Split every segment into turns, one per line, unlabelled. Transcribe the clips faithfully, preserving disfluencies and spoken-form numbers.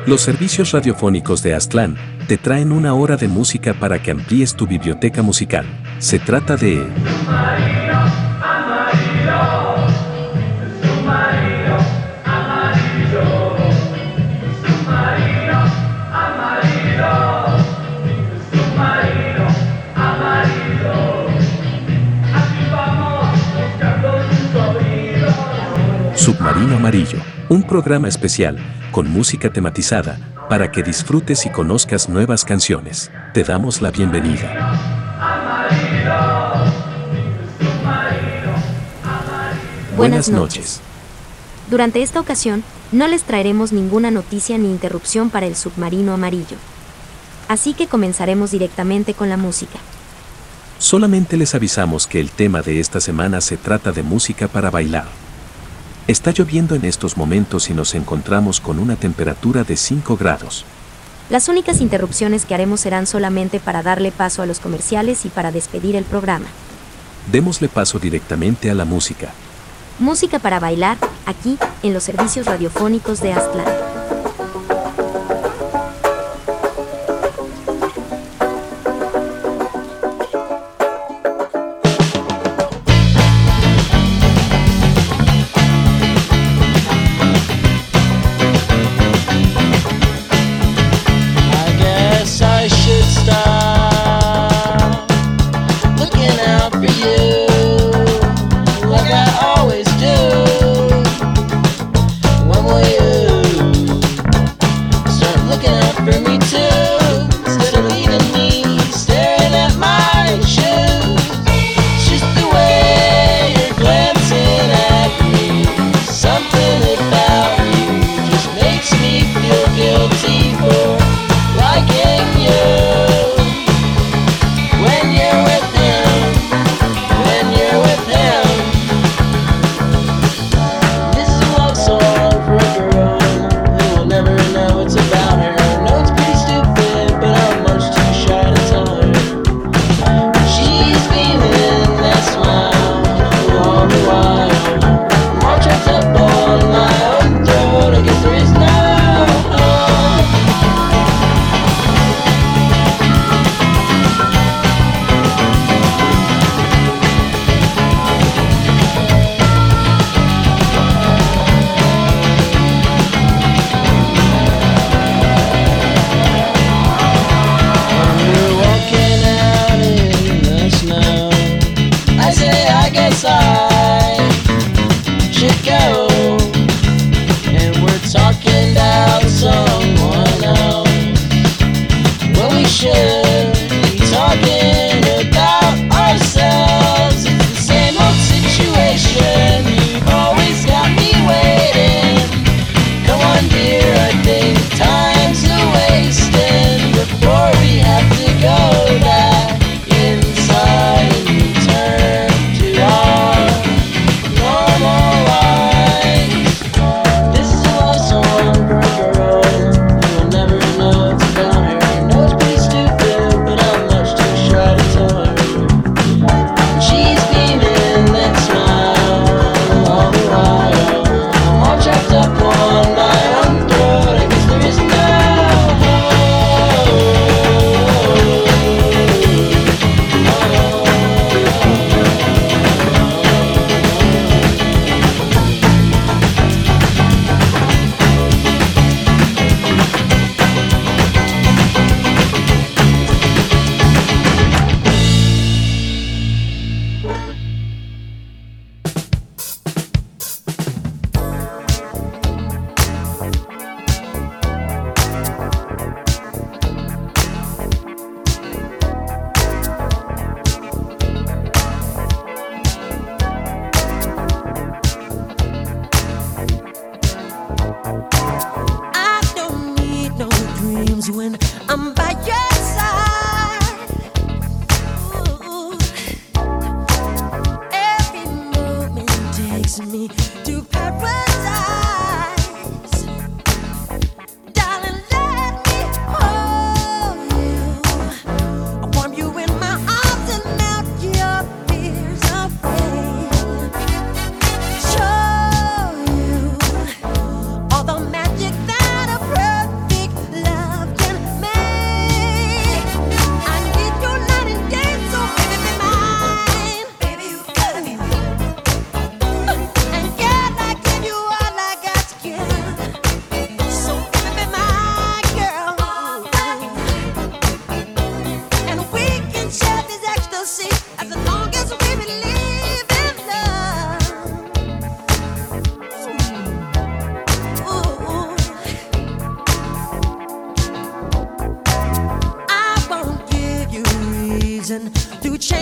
Los servicios radiofónicos de Aztlán te traen una hora de música para que amplíes tu biblioteca musical. Se trata de
Submarino, amarillo, submarino, amarillo, submarino, amarillo, submarino, amarillo. Aquí vamos buscando un sobrino.
Submarino Amarillo, un programa especial con música tematizada para que disfrutes y conozcas nuevas canciones. Te damos la bienvenida.
Buenas noches. Durante esta ocasión, no les traeremos ninguna noticia ni interrupción para el submarino amarillo. Así que comenzaremos directamente con la música.
Solamente les avisamos que el tema de esta semana se trata de música para bailar. Está lloviendo en estos momentos y nos encontramos con una temperatura de cinco grados.
Las únicas interrupciones que haremos serán solamente para darle paso a los comerciales y para despedir el programa.
Démosle paso directamente a la música.
Música para bailar, aquí, en los servicios radiofónicos de Aztlán.
All the magic that a perfect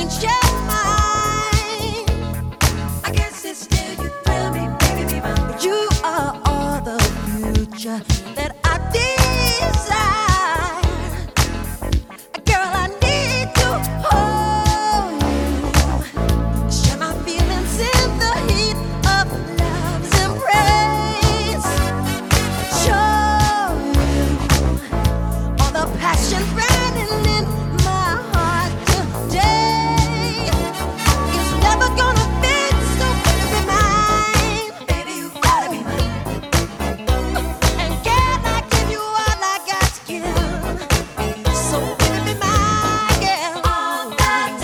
change your mind. I guess it's still you thrill me, baby, baby. You are all the future that I desire. Girl, I need to hold you, share my feelings in the heat of love's embrace. Show you all the passion burning in my heart today. It's never gonna fade, so baby, be mine. Baby, you gotta be mine. And can I give you all I got to give? So baby, be my girl all the time.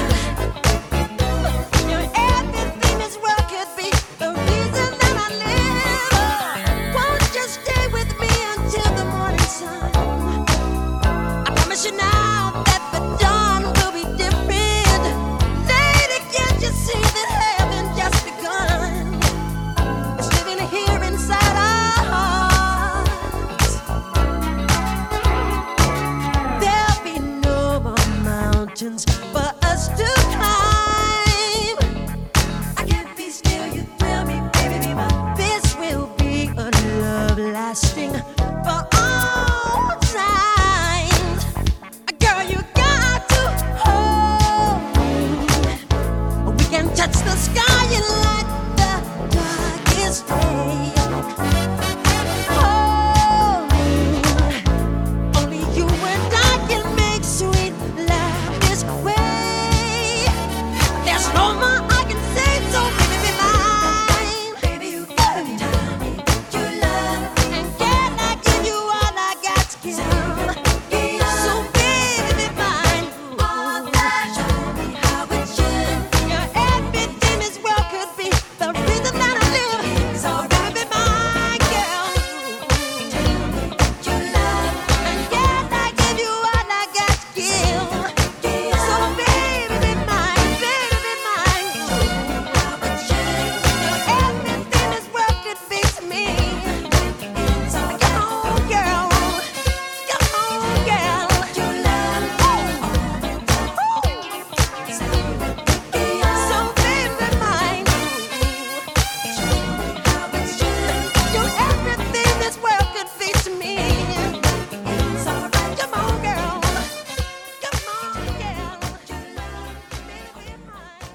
Your everything this world could be the reason that I live. Won't you stay with me until the morning sun? I promise you now that the dawn will be different. Lady, can't you see that heaven just begun? It's living here inside our hearts. There'll be no more mountains for us to climb. I can't be still, you thrill me, baby, be mine. This will be a love lasting for all times. Girl, you got to hold me. We can touch the sky and light the darkest day. Hold me. Only you and I can make sweet love this way. There's no more I can say, so baby, be mine. Baby, you gotta tell me you love me. And can I give you all I got to give? So baby, be mine. All that, show me how it should. Your everything this world could be the reason that I live. So baby, be my girl. Tell me you love me. And can I give you all I got to give? So baby, be mine, baby, be mine. Show me how it should. Your everything this world could be to me. So come on, girl. Come on, girl. You love me. So baby, mine. Show me how it should. Your everything this world could be to me. It's alright. Come on, girl. Come on, girl. You love me, baby, mine.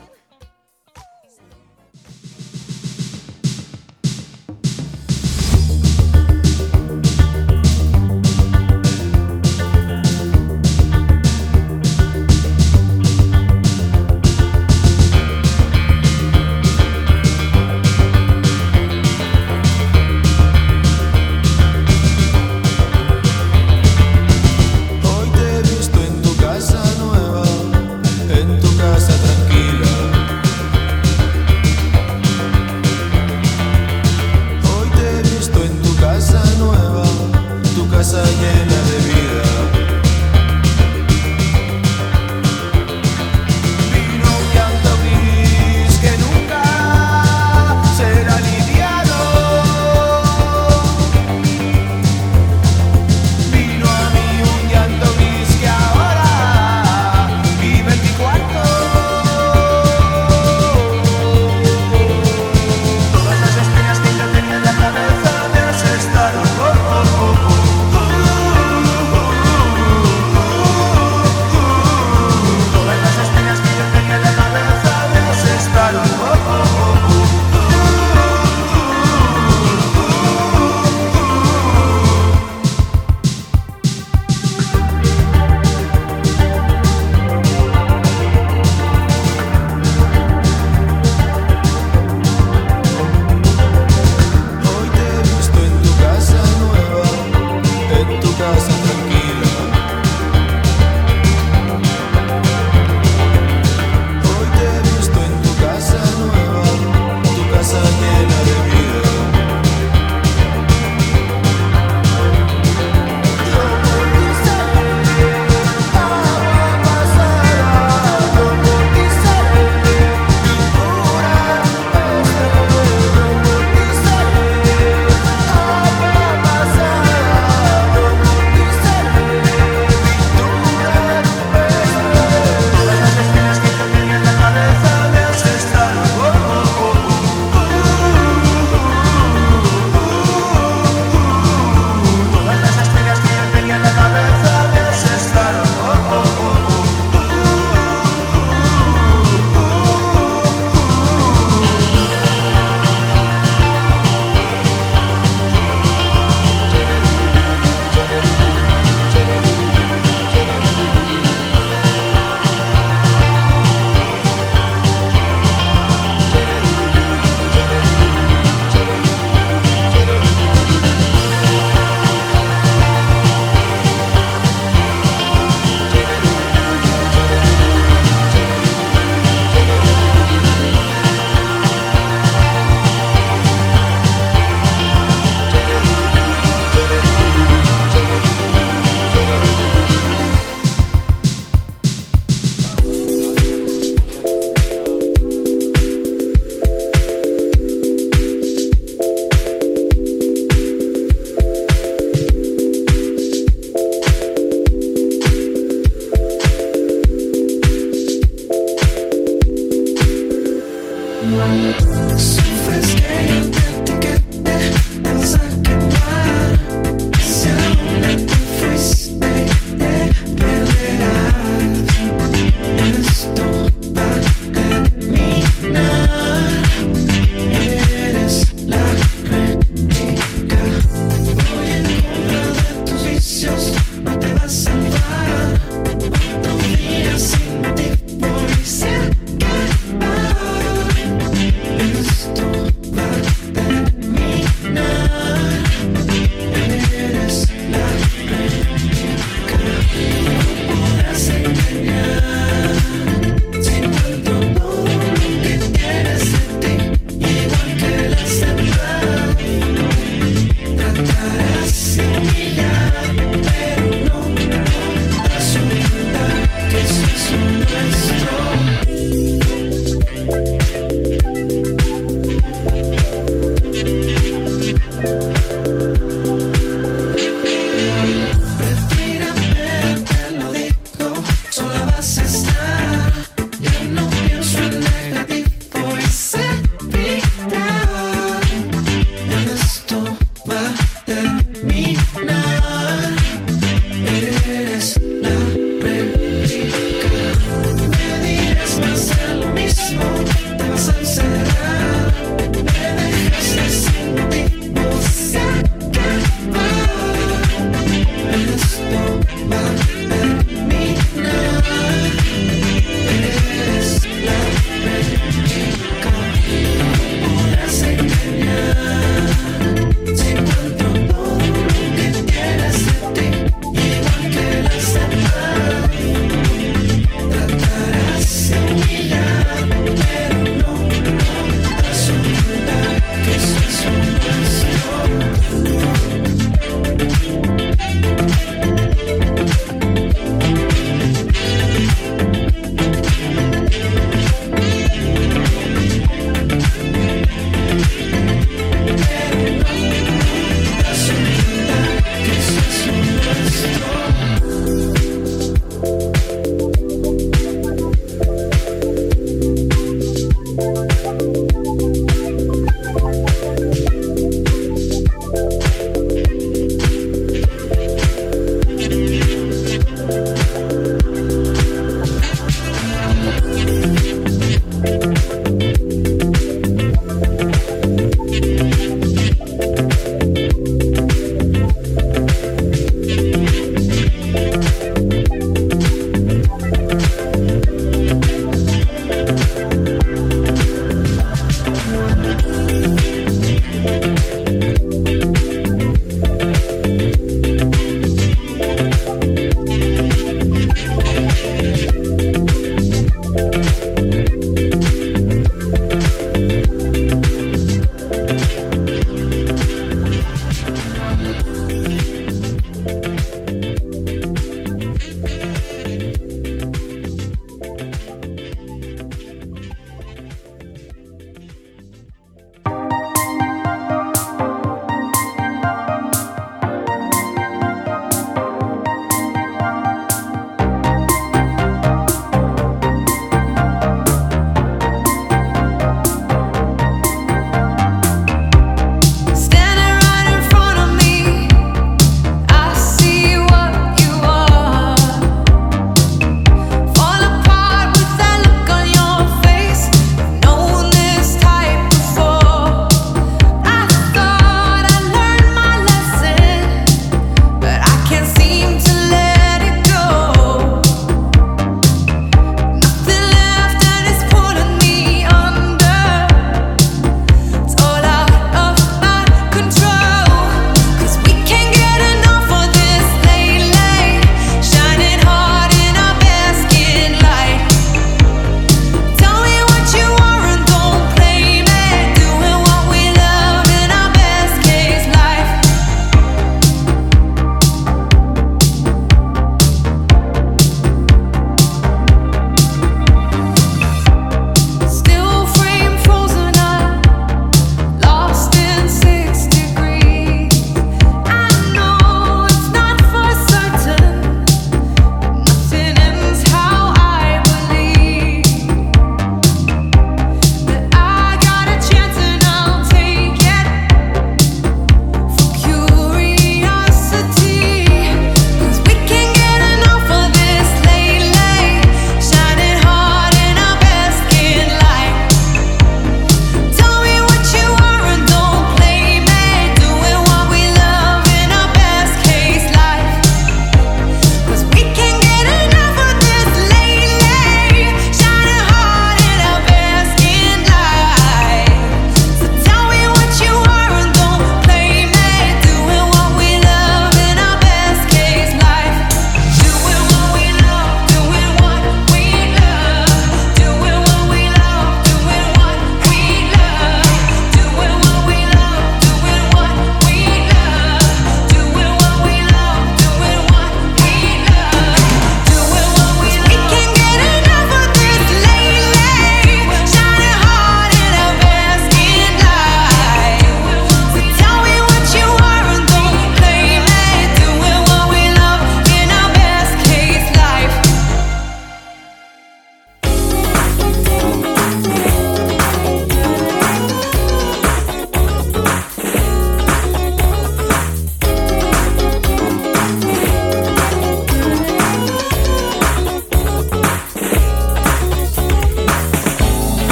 Hoy te he visto en tu casa nueva, en tu casa tranquila. Hoy te he visto en tu casa nueva, tu casa llena de vida. Vino un llanto gris que nunca será liviano. Vino a mí un llanto gris que ahora vive en mi cuarto. Todas las estrellas que yo tenía en la cabeza me asestaron. Oh, oh, oh, oh. Todas las estrellas que yo tenía en la cabeza me asestaron. Oh, oh, oh, oh. Hoy te he visto en tu casa nueva, en tu casa tranquila. Hoy te he visto en tu casa nueva, tu casa llena de vida. Yo por ti seré agua pasada, yo por ti seré pintura rupestre. Yo por ti seré agua pasada, yo por ti
Sufres que yo te etiquete, te vas a quemar. Si aún no te fuiste, te perderás. Esto va a terminar. Eres la réplica. Voy en contra de tus vicios, no te vas a salvar. Otro día sin motivo y se acaba.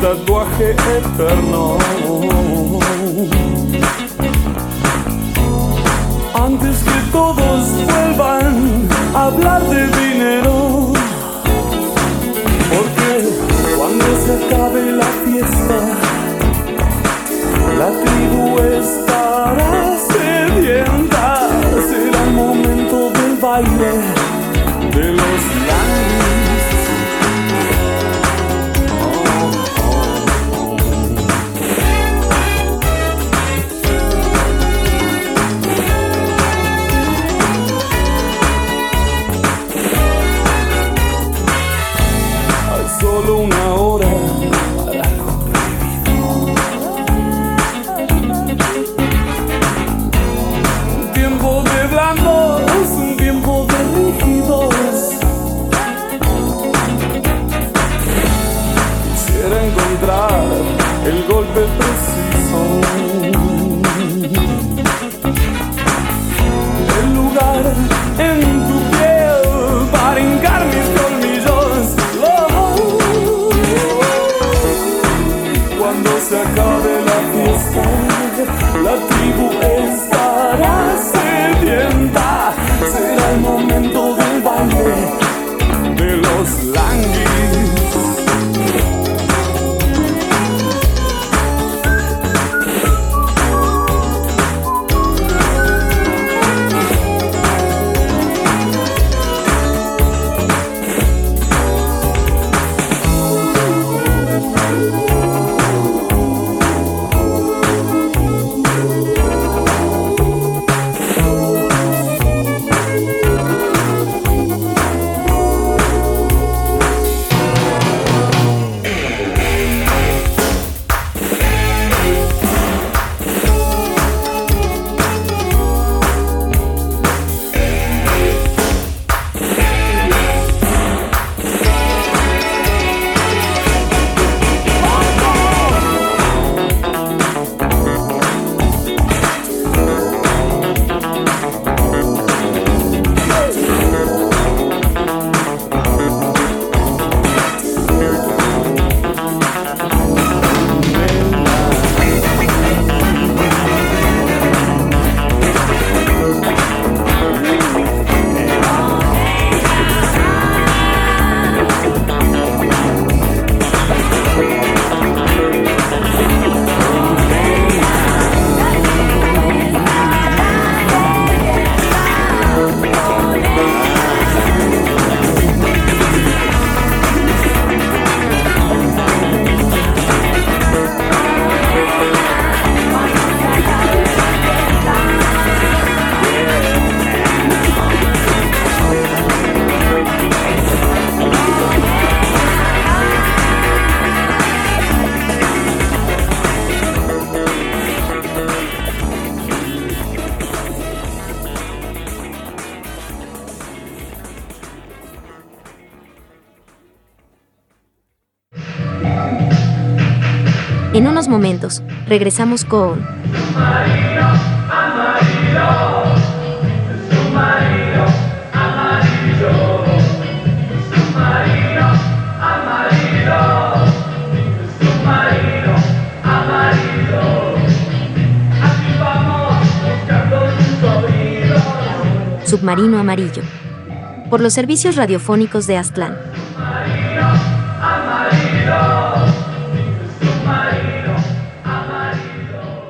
tatuaje eterno. Antes que todos vuelvan a hablar de dinero, porque cuando se acabe la fiesta, la tribu estará sedienta. Será el momento del baile de los Langis. Hay solo una hora para algo prohibido. Un tiempo de blandos, un tiempo de rígidos. Quisiera encontrar el golpe preciso, el lugar en tu piel para hincar mis colmillos. Oh, cuando se acabe la fiesta, la tribu estará sedienta. Será el momento del baile de los Langis.
En unos momentos, regresamos con
Submarino amarillo, submarino amarillo, submarino amarillo, submarino amarillo. Así vamos buscando sus sobrinos.
Submarino Amarillo, por los servicios radiofónicos de Aztlán.
Submarino amarillo, submarino amarillo.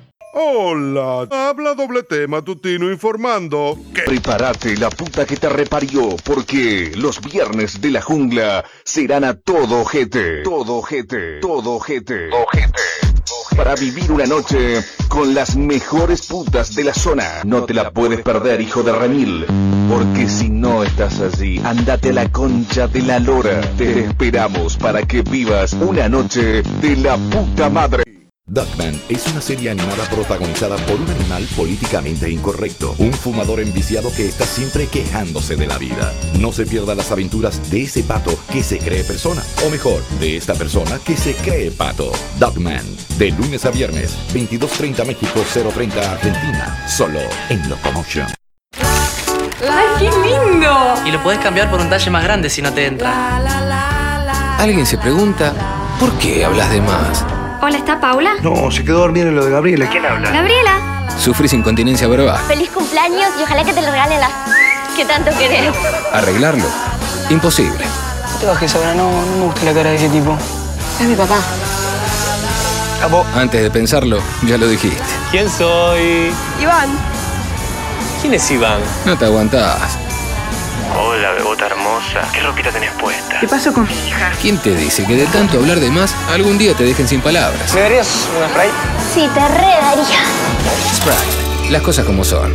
Hola, habla Doble T Matutino informando que...
Prepárate la puta que te reparió, porque los viernes de la jungla serán a todo ojete. Todo ojete. Todo ojete. Ojete. Para vivir una noche con las mejores putas de la zona. No te la puedes perder, hijo de remil. Porque si no estás allí, andate a la concha de la lora. Te esperamos para que vivas una noche de la puta madre.
Duckman es una serie animada protagonizada por un animal políticamente incorrecto, un fumador enviciado que está siempre quejándose de la vida. No se pierda las aventuras de ese pato que se cree persona, o mejor, de esta persona que se cree pato. Duckman, de lunes a viernes, veintidós treinta México, cero treinta Argentina, solo en Locomotion.
¡Ay, qué lindo!
Y lo podés cambiar por un talle más grande si no te entra.
Alguien se pregunta,
¿Por qué hablas de más?
Hola, ¿está Paula?
No, se quedó dormida en lo de Gabriela. ¿Quién habla?
Gabriela.
¿Sufrís incontinencia verbal?
Feliz cumpleaños y ojalá que te lo regalen las que tanto querés.
¿Arreglarlo? Imposible.
No te bajes ahora, no, no me gusta la cara de ese tipo.
Es mi papá.
¿A vos? Antes de pensarlo, ya lo dijiste.
¿Quién soy?
Iván.
¿Quién es Iván?
No te aguantás.
Hola, bebota hermosa. ¿Qué ropita tenés puesta?
¿Qué pasó con mi hija?
¿Quién te dice que de tanto hablar de más, algún día te dejen sin palabras?
¿Me darías una Sprite?
Sí, te re daría.
Sprite. Las cosas como son.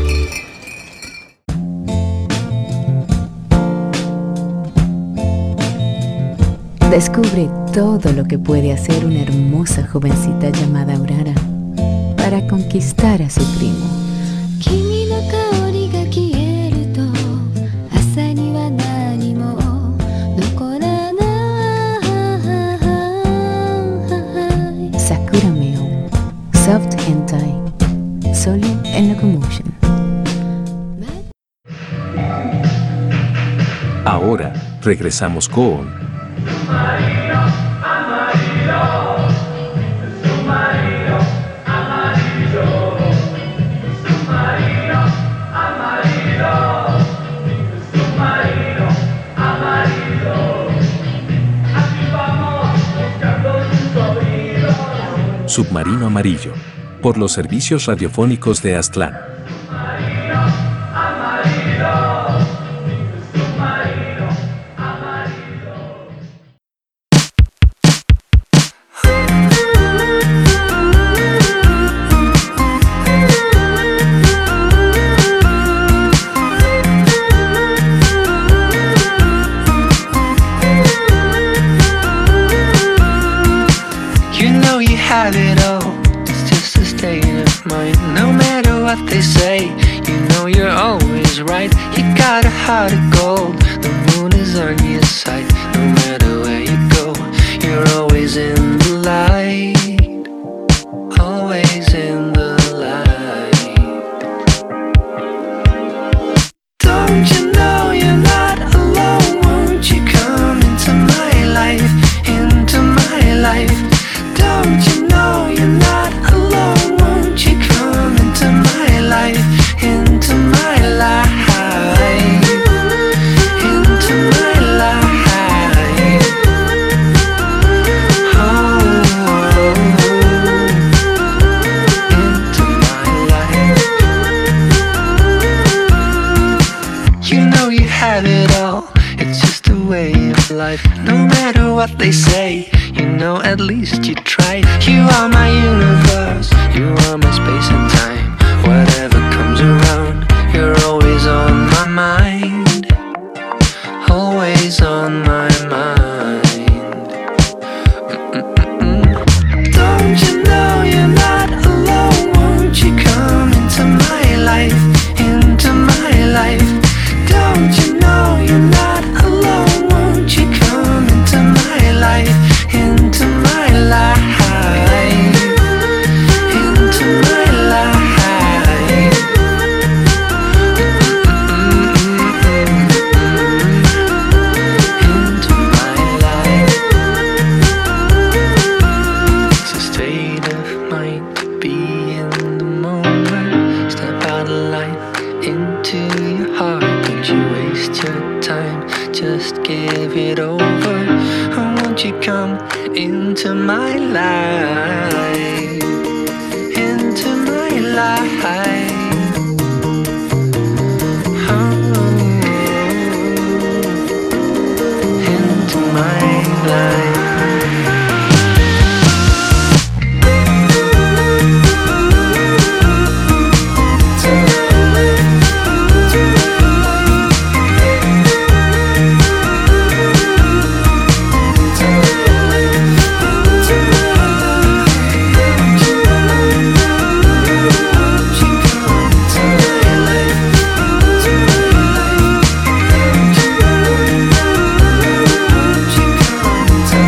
Descubre todo lo que puede hacer una hermosa jovencita llamada Aurora para conquistar a su primo. Sakura Meo, Soft Hentai, solo en Locomotion.
Ahora, regresamos con...
Submarino, amarillo. Submarino, amarillo. Submarino, amarillo. Submarino, amarillo. Aquí vamos buscando sus oídos.
Submarino Amarillo, por los servicios radiofónicos de Aztlán.
Submarino, amarillo. Submarino, amarillo.
You know you have it all, it's just a state of mind. No matter what they say, you know you're always right. You got a heart of gold, the moon is on your side. No matter where you go, you're always in the light. Always in the light. Don't you know you're not alone? Won't you come into my life, into my life? Don't you know you're not alone? Won't you come into my life, into my life, into my life? Oh, into my life. You know you have it all, it's just a way of life. No matter what they say, you know at least you tried. You are my universe, you are my space and time. Whatever comes around, you're always on my mind. Always on my mind. Mm-mm-mm. Don't you know you're not alone? Won't you come into my life, into my life? Don't you know you're not alone? Won't you come into my life, into my life, into my life? Into my life. It's a state of mind to be in the moment. Step out of line into your heart. Don't you waste your time, just give it over. Oh, won't you come into my life, into my life? Oh, into my life. Into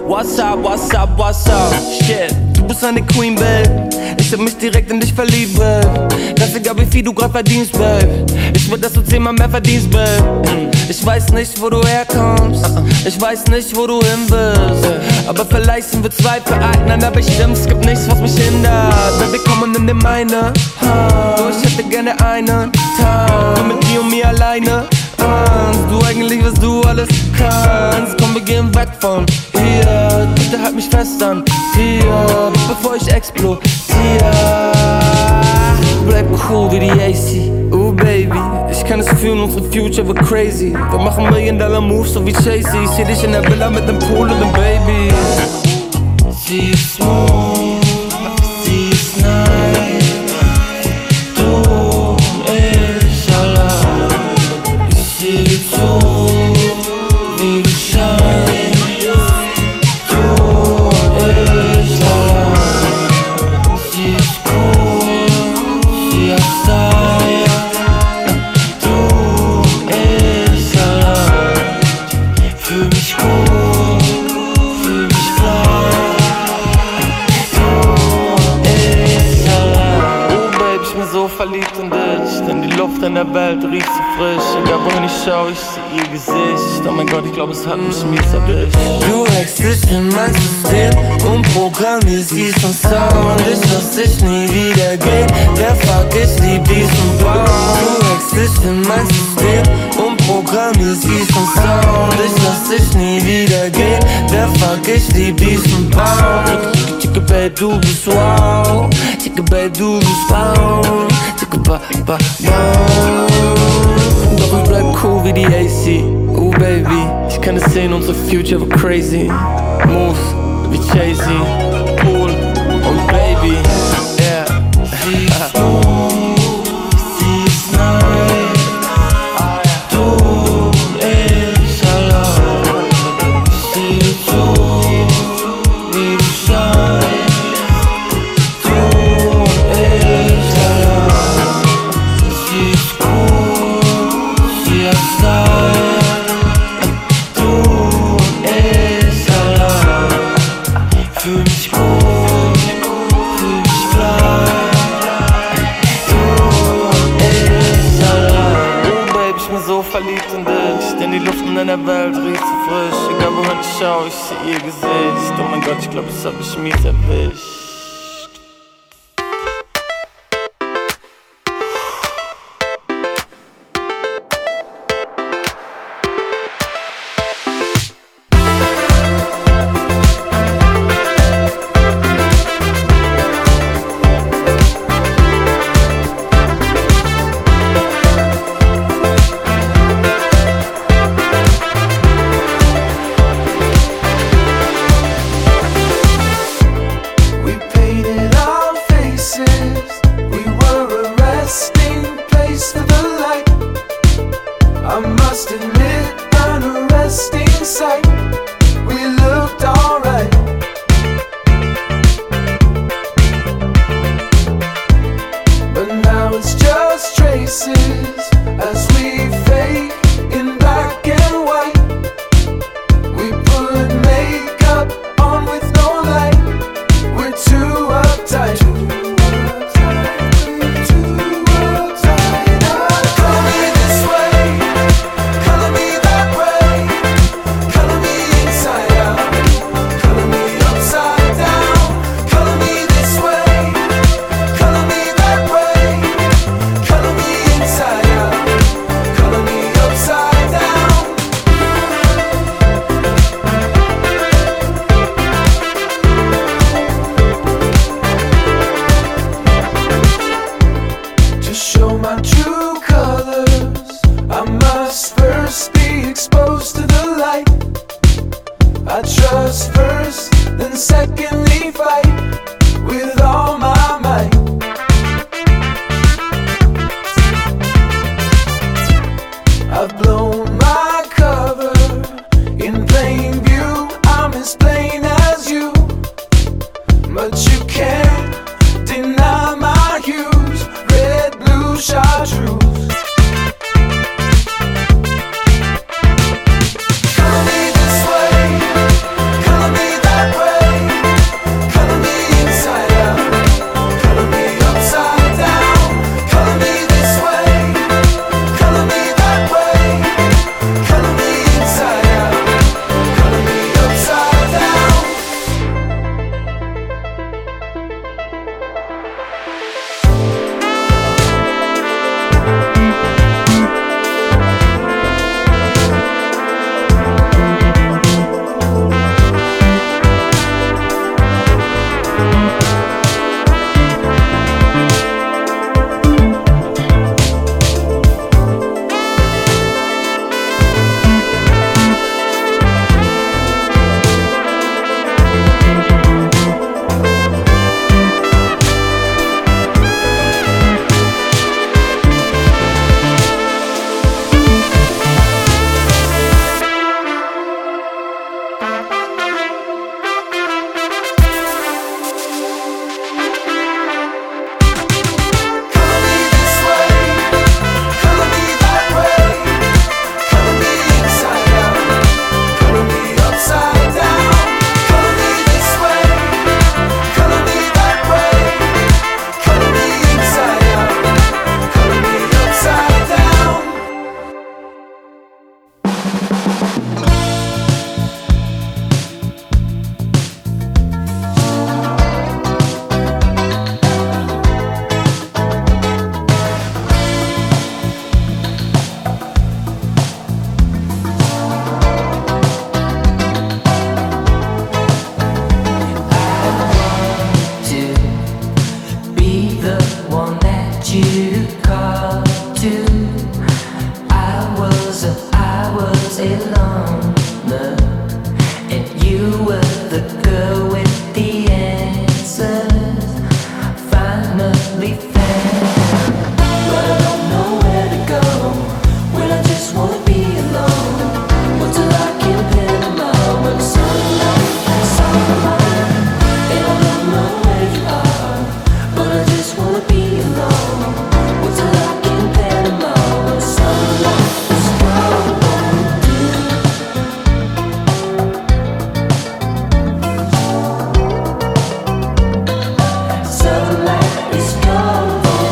What's up, what's up, what's up? Shit, du bist eine Queen, babe. Ich hab mich direkt in dich verliebt, babe. Ganz egal wie viel du grad verdienst, babe. Ich will, dass du zehnmal mehr verdienst, babe. Ich weiß nicht, wo du herkommst. Ich weiß nicht, wo du hin bist. Aber vielleicht sind wir zwei füreinander bestimmt. Es gibt nichts, was mich hindert. Baby, komm und nimm dir meine Hand. Du, ich hätte gerne einen Tag. Nur mit dir und mir alleine. Du eigentlich, was du alles kannst. Komm, wir gehen weg von hier. Bitte halt mich fest an hier, bevor ich explodiere. Bleib cool wie die A C. Oh Baby, ich kann es fühlen, unsere Future wird crazy. Wir machen Million Dollar Moves, so wie Chasey. Ich seh dich in der Villa mit dem Pool und dem Baby. Sie ist smooth, sie ist nice. Du, ich allein. Ich seh dir zu, wie du scheinst. Du, ich allein. Sie ist cool, sie hat Style. Du, ich allein. Fühl mich cool, fühl mich frei. Du, ich allein. Oh Babe, ich bin so verliebt in dich, denn die Luft in der Welt riecht so frisch. Egal wohin ich schau, ich seh ihr Gesicht. Oh mein Gott, ich glaub, es hat mich mies erwischt. Du hackst dich in mein System und programmierst dies und Sound. Ich lass dich nie wieder gehen, der Fuck, ich lieb diesen Baum. Du hackst dich in mein System und programmierst dies und Sound. Ich lass dich nie wieder gehen, der Fuck, ich lieb diesen Baum. Chicka Babe, du bist wow. Chicka Babe, du bist wow. Chicka ba ba wow. Doch ich bleib cool wie die A C. Oh Baby, ich kann es sehen, unsere Future wird crazy. Moves wie Chasey, cool und Baby, yeah. Sie ist smooth, sie ist nice. Du, ich allein. Ich seh dir zu, wie du scheinst. Du, ich allein. Sie ist cool, sie hat Style. Du, ich allein. Fühl mich cool, fühl mich frei. Du, ich allein. Oh Babe, ich bin so verliebt in dich, denn die Luft in deiner Welt riecht so frisch. Egal wohin ich schau, ich seh ihr Gesicht. Oh mein Gott, ich glaub, es hat mich mies erwischt.
We painted our faces. We were a resting place for the light. I must admit, an arresting sight. We looked alright. But now it's just traces as we fade in black and white. We put makeup on with no light. We're too uptight. Too uptight. Color me this way, color me that way, color me inside out, color me upside down. Color me this way, color me that way, color me inside out, color me upside down. To show my true colors, I must first be exposed to the light. I trust first, then secondly fight with all my might. I've blown my cover in plain view. I'm as plain as you, but you can't deny my hues. Red, blue, chartreuse. Color me this way, color me
the girl with the answers finally found. But I don't know where to go when I just wanna be alone. What's it like in Panama when the sunlight is on mine? And I don't know where you are, but I just wanna be alone. What's it like in Panama when the sunlight is gone? Sunlight is gone.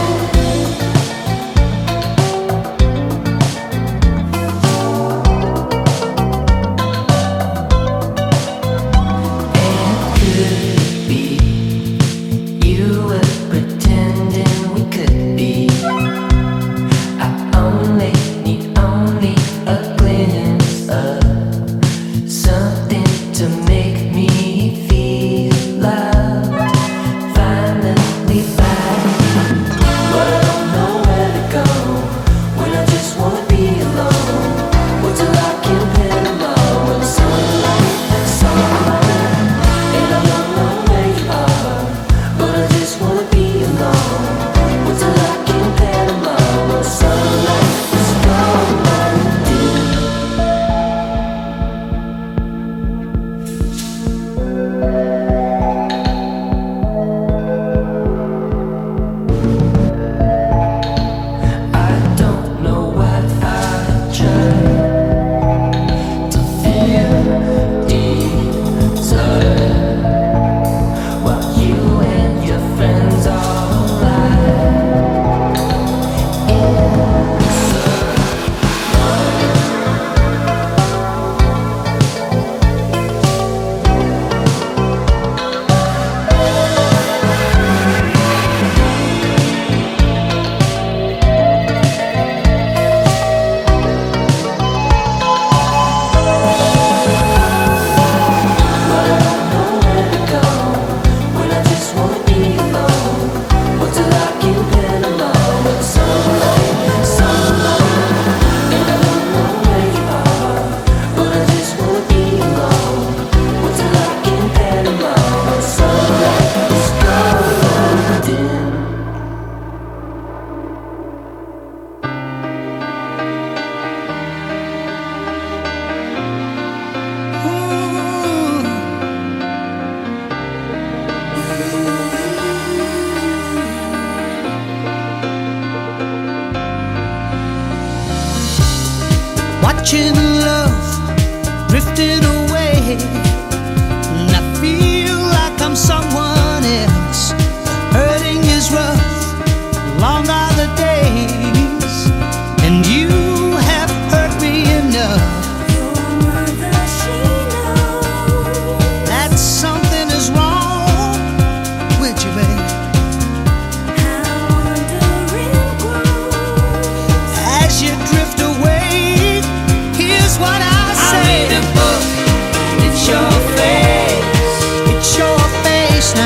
And could it be you were pretending we could be? I only need only a glimpse of something to make me feel loved. Finally back, but I don't know where to go when I just wanna be alone. What's it like in Panama when the sunlight is on mine? And I don't know where you are, but I just wanna be alone. What's it like in Panama when the sunlight is gone? I don't know what I tried to feel desire while you and your friends all lie inside. But I don't know where to go when I just wanna be alone. What's it like in Panama when the sunlight is on mine? And I don't know where you are, but I just wanna be alone. What's it like in Panama when the sunlight is golden?
Watching love drifting away, and I feel like I'm someone else. Hurting is rough, long are the days, and you have hurt me enough. That something is wrong with you, babe. As you drift away, here's what I say. I read a book, it's your face, it's your face now.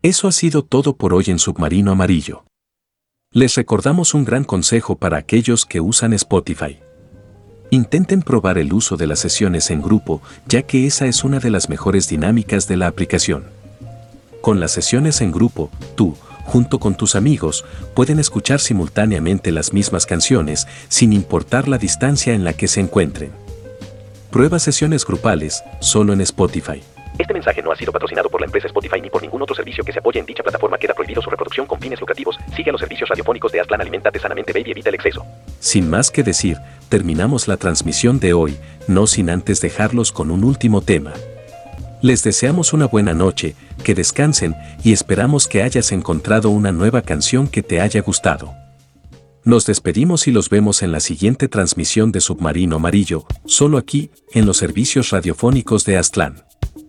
Eso ha sido todo por hoy en Submarino Amarillo. Les recordamos un gran consejo para aquellos que usan Spotify. Intenten probar el uso de las sesiones en grupo, ya que esa es una de las mejores dinámicas de la aplicación. Con las sesiones en grupo, tú, junto con tus amigos, pueden escuchar simultáneamente las mismas canciones, sin importar la distancia en la que se encuentren. Prueba sesiones grupales, solo en Spotify.
Este mensaje no ha sido patrocinado por la empresa Spotify ni por ningún otro servicio que se apoye en dicha plataforma. Queda prohibido su reproducción con fines lucrativos. Sigue a los servicios radiofónicos de Aztlán. Aliméntate sanamente, baby, evita el exceso.
Sin más que decir, terminamos la transmisión de hoy, no sin antes dejarlos con un último tema. Les deseamos una buena noche, que descansen y esperamos que hayas encontrado una nueva canción que te haya gustado. Nos despedimos y los vemos en la siguiente transmisión de Submarino Amarillo, solo aquí, en los servicios radiofónicos de Aztlán.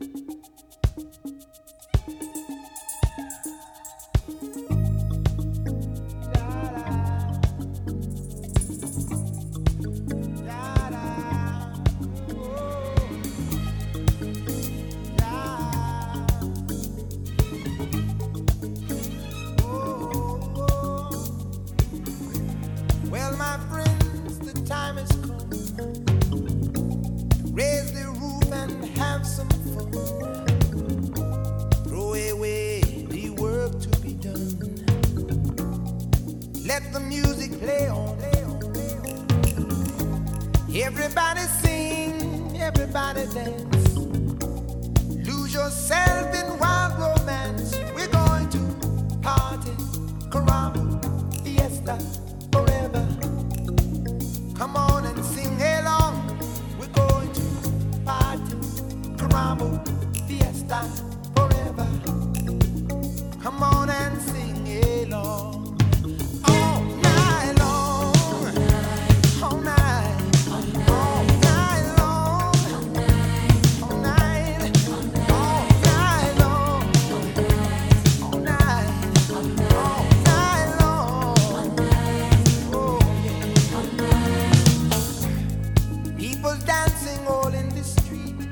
Well, my friends, the time has come. Raise the roof and have some fun. Throw away the work to be done. Let the music play on. Everybody sing, everybody dance. Lose yourself in wild romance. We're going to party, caramba, fiesta. Forever. Come on and sing along. We're going to party, caramba, fiesta, forever. Come on and sing along. All night long. All night. All night long. All night. All night long. All night. All night long. People dancing all in the street.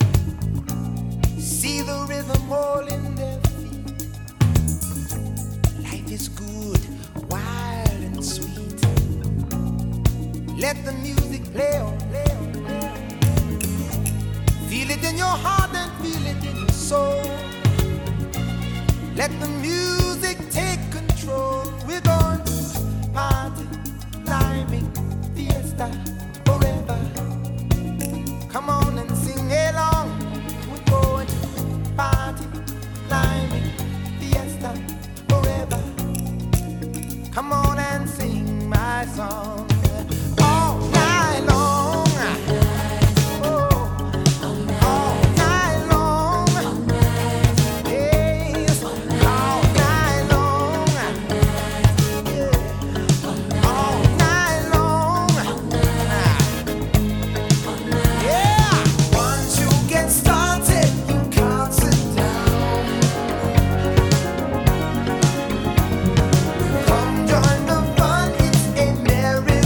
See the rhythm all in their feet. Life is good, wild and sweet. Let the music play on, play on, play on. Feel it in your heart and feel it in your soul. Let the music take control. We're going to party, climbing, fiesta, forever. Come on and sing along. We're going to party, climbing, fiesta, forever. Come on and sing my song. All night long. Oh, all night long. Yes, all night long. Yeah, all night long. Yeah, once you get started, you can't sit down. Come join the fun, it's a merry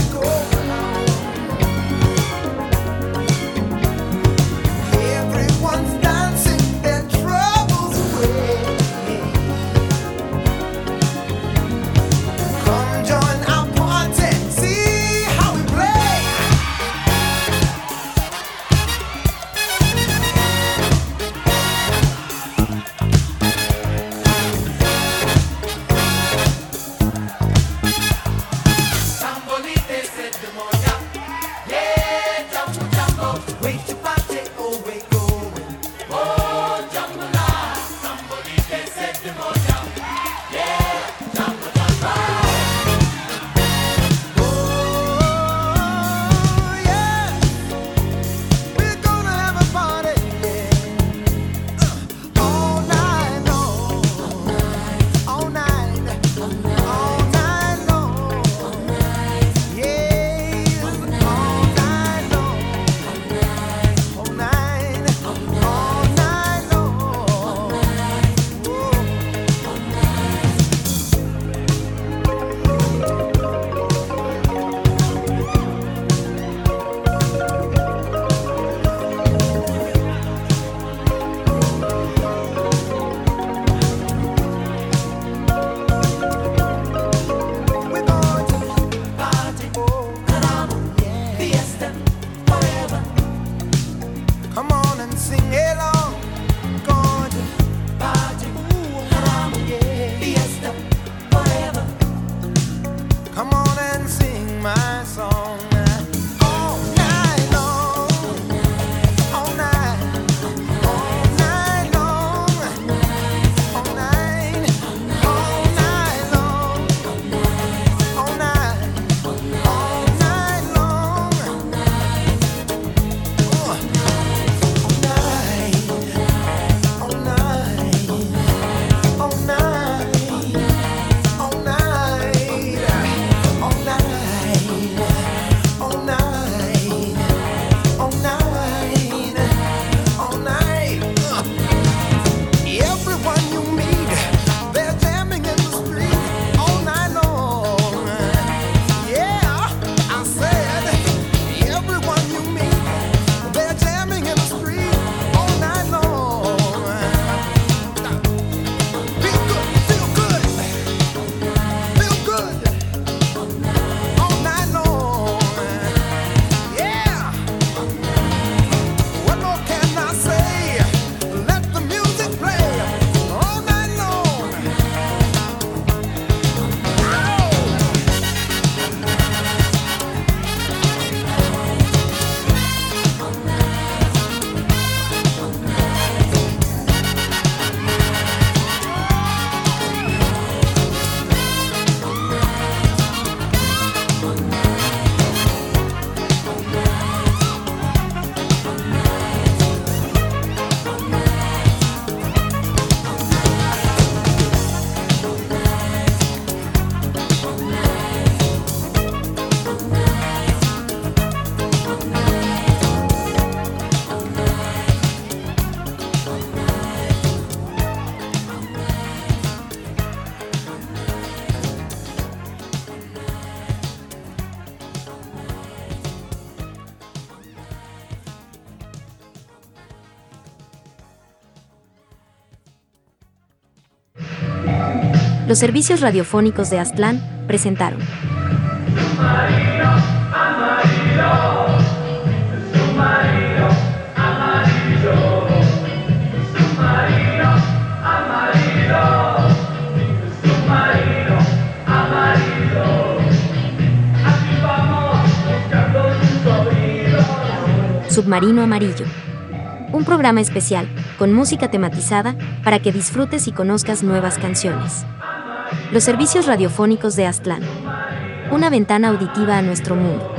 Los servicios radiofónicos de Aztlán presentaron
Submarino amarillo, submarino amarillo, submarino amarillo, submarino amarillo. Aquí vamos buscando tus oídos.
Submarino Amarillo. Un programa especial, con música tematizada, para que disfrutes y conozcas nuevas canciones. Los servicios radiofónicos de Aztlán. Una ventana auditiva a nuestro mundo.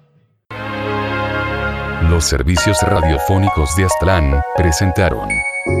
Los servicios radiofónicos de Aztlán presentaron